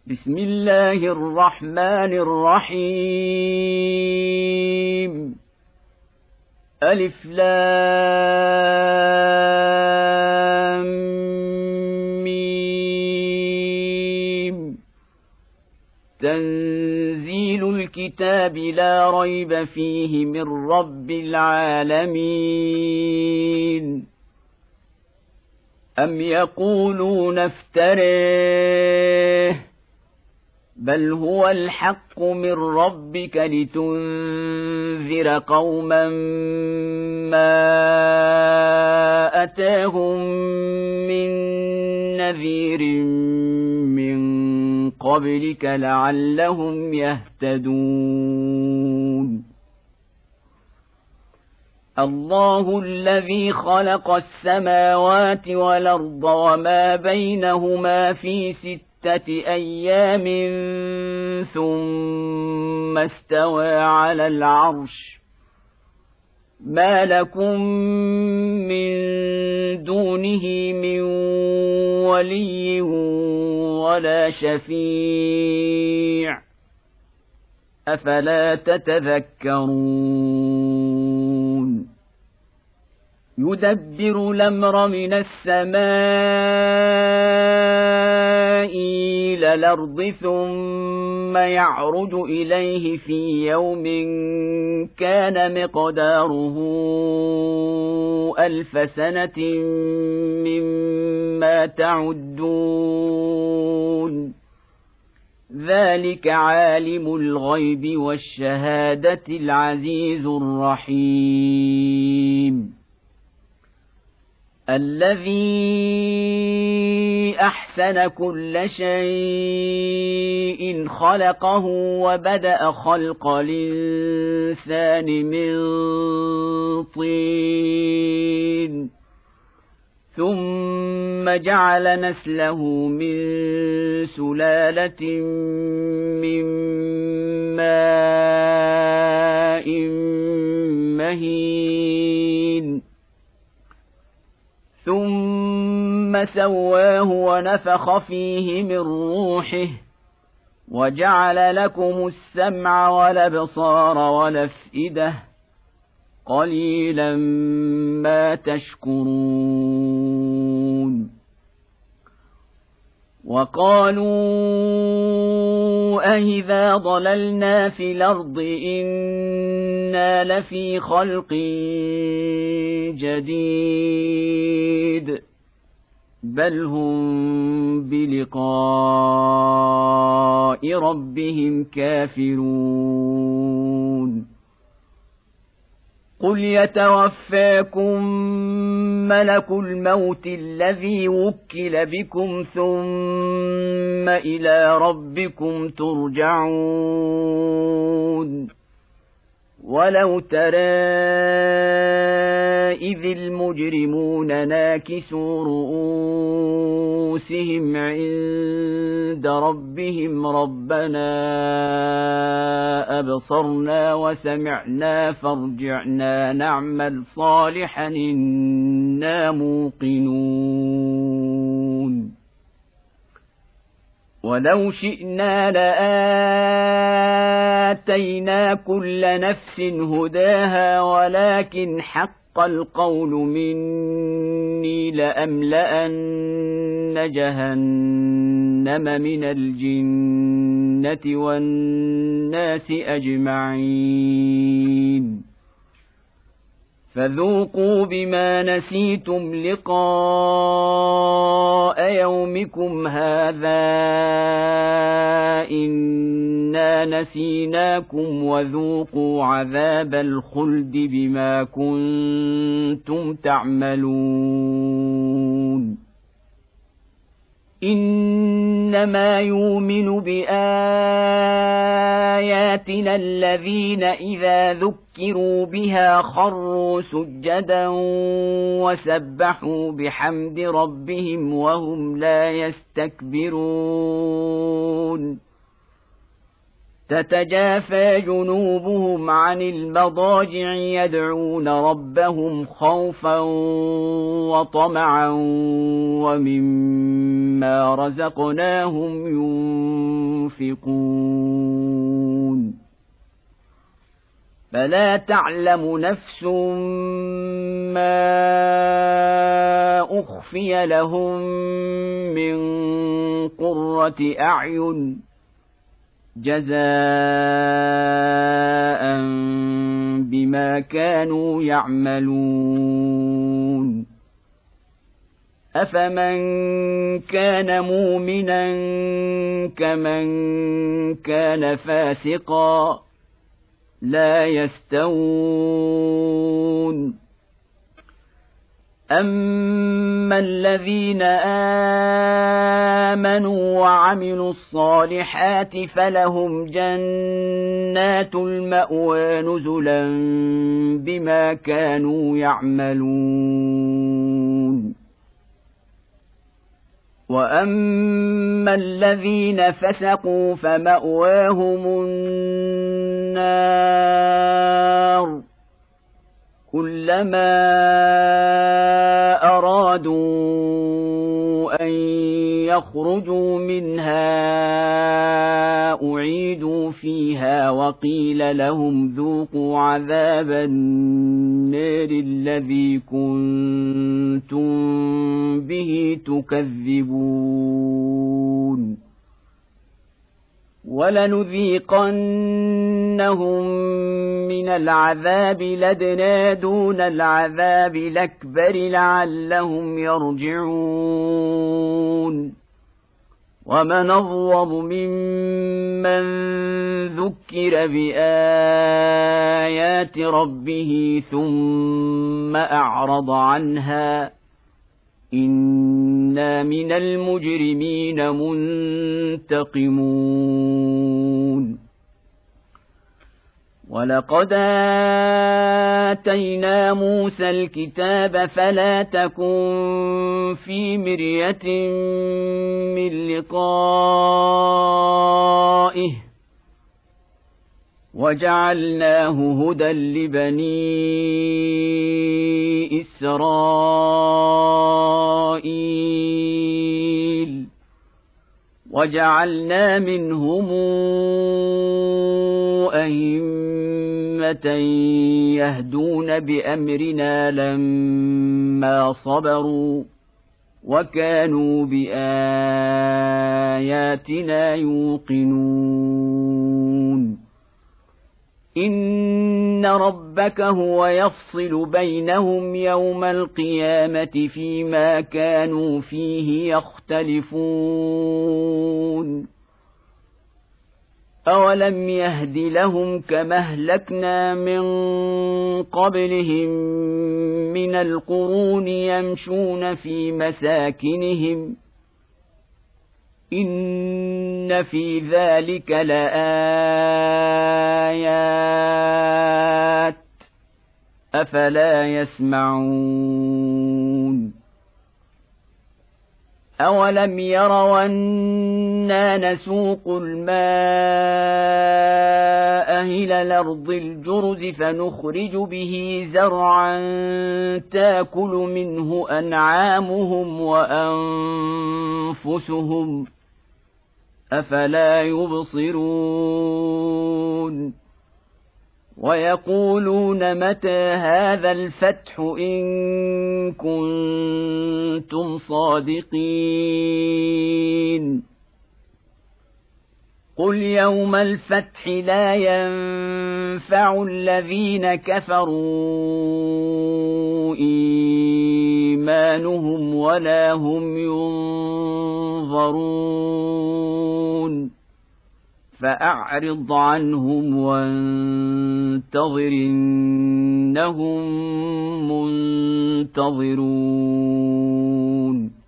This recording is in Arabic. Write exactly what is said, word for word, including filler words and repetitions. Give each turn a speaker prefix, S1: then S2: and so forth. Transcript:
S1: بسم الله الرحمن الرحيم. ألف لام ميم. تنزيل الكتاب لا ريب فيه من رب العالمين. أم يقولون افتريه بل هو الحق من ربك لتنذر قوما ما أتاهم من نذير من قبلك لعلهم يهتدون. الله الذي خلق السماوات والأرض وما بينهما في ستة أيام ثم استوى على العرش. ما لكم من دونه من ولي ولا شفيع أفلا تتذكرون. يدبر الأمر من السماء إلى الأرض ثم يعرج إليه في يوم كان مقداره ألف سنة مما تعدون. ذلك عالم الغيب والشهادة العزيز الرحيم. الذي أحسن كل شيء خلقه وبدأ خلق الإنسان من طين ثم جعل نسله من سلالة من ماء مهين ثم سواه ونفخ فيه من روحه وجعل لكم السمع والأبصار والأفئدة قليلا ما تشكرون. وقالوا أإذا ضللنا في الأرض إنا لفي خلق جديد بل هم بلقاء ربهم كافرون. قل يتوفاكم ملك الموت الذي وكل بكم ثم إلى ربكم ترجعون. ولو ترى إذ المجرمون ناكسوا رؤوسهم عند ربهم ربنا أبصرنا وسمعنا فارجعنا نعمل صالحا إنا موقنون. ولو شئنا لآتينا كل نفس هداها ولكن حق القول مني لأملأن جهنم من الجنة والناس أجمعين. فذوقوا بما نسيتم لقاء يومكم هذا إنا نسيناكم وذوقوا عذاب الخلد بما كنتم تعملون. إنما يؤمن بآياتنا الذين إذا ذكروا بها خروا سجدا وسبحوا بحمد ربهم وهم لا يستكبرون. تتجافى جنوبهم عن المضاجع يدعون ربهم خوفا وطمعا ومما رزقناهم ينفقون. ينفقون فلا تعلم نفس ما أخفي لهم من قرة أعين جزاء بما كانوا يعملون أفمن كان مؤمنا كمن كان فاسقا لا يستوون أما الذين آمنوا وعملوا الصالحات فلهم جنات المأوى نزلا بما كانوا يعملون وأما الذين فسقوا فمأواهم النار كلما أرادوا أن يخرجوا منها أعيدوا فيها وقيل لهم ذوقوا عذاب النار الذي كنتم به تكذبون ولنذيقنهم من العذاب الأدنى دون العذاب الأكبر لعلهم يرجعون ومن أظلم ممن ذكر بآيات ربه ثم أعرض عنها إنا من المجرمين منتقمون ولقد آتينا موسى الكتاب فلا تكن في مرية من لقائه وجعلناه هدى لبني إسرائيل وجعلنا منهم أئمة يهدون بأمرنا لما صبروا وكانوا بآياتنا يوقنون إن ربك هو يفصل بينهم يوم القيامة فيما كانوا فيه يختلفون أولم يهد لهم كما أهلكنا من قبلهم من القرون يمشون في مساكنهم إن في ذلك لآيات أفلا يسمعون أولم يروا أنا نسوق الماء إلى الأرض الجرز فنخرج به زرعا تاكل منه أنعامهم وأنفسهم أفلا يبصرون ويقولون متى هذا الفتح إن كنتم صادقين قل يوم الفتح لا ينفع الذين كفروا إيمانهم ولا هم ينظرون فأعرض عنهم وانتظر إنهم منتظرون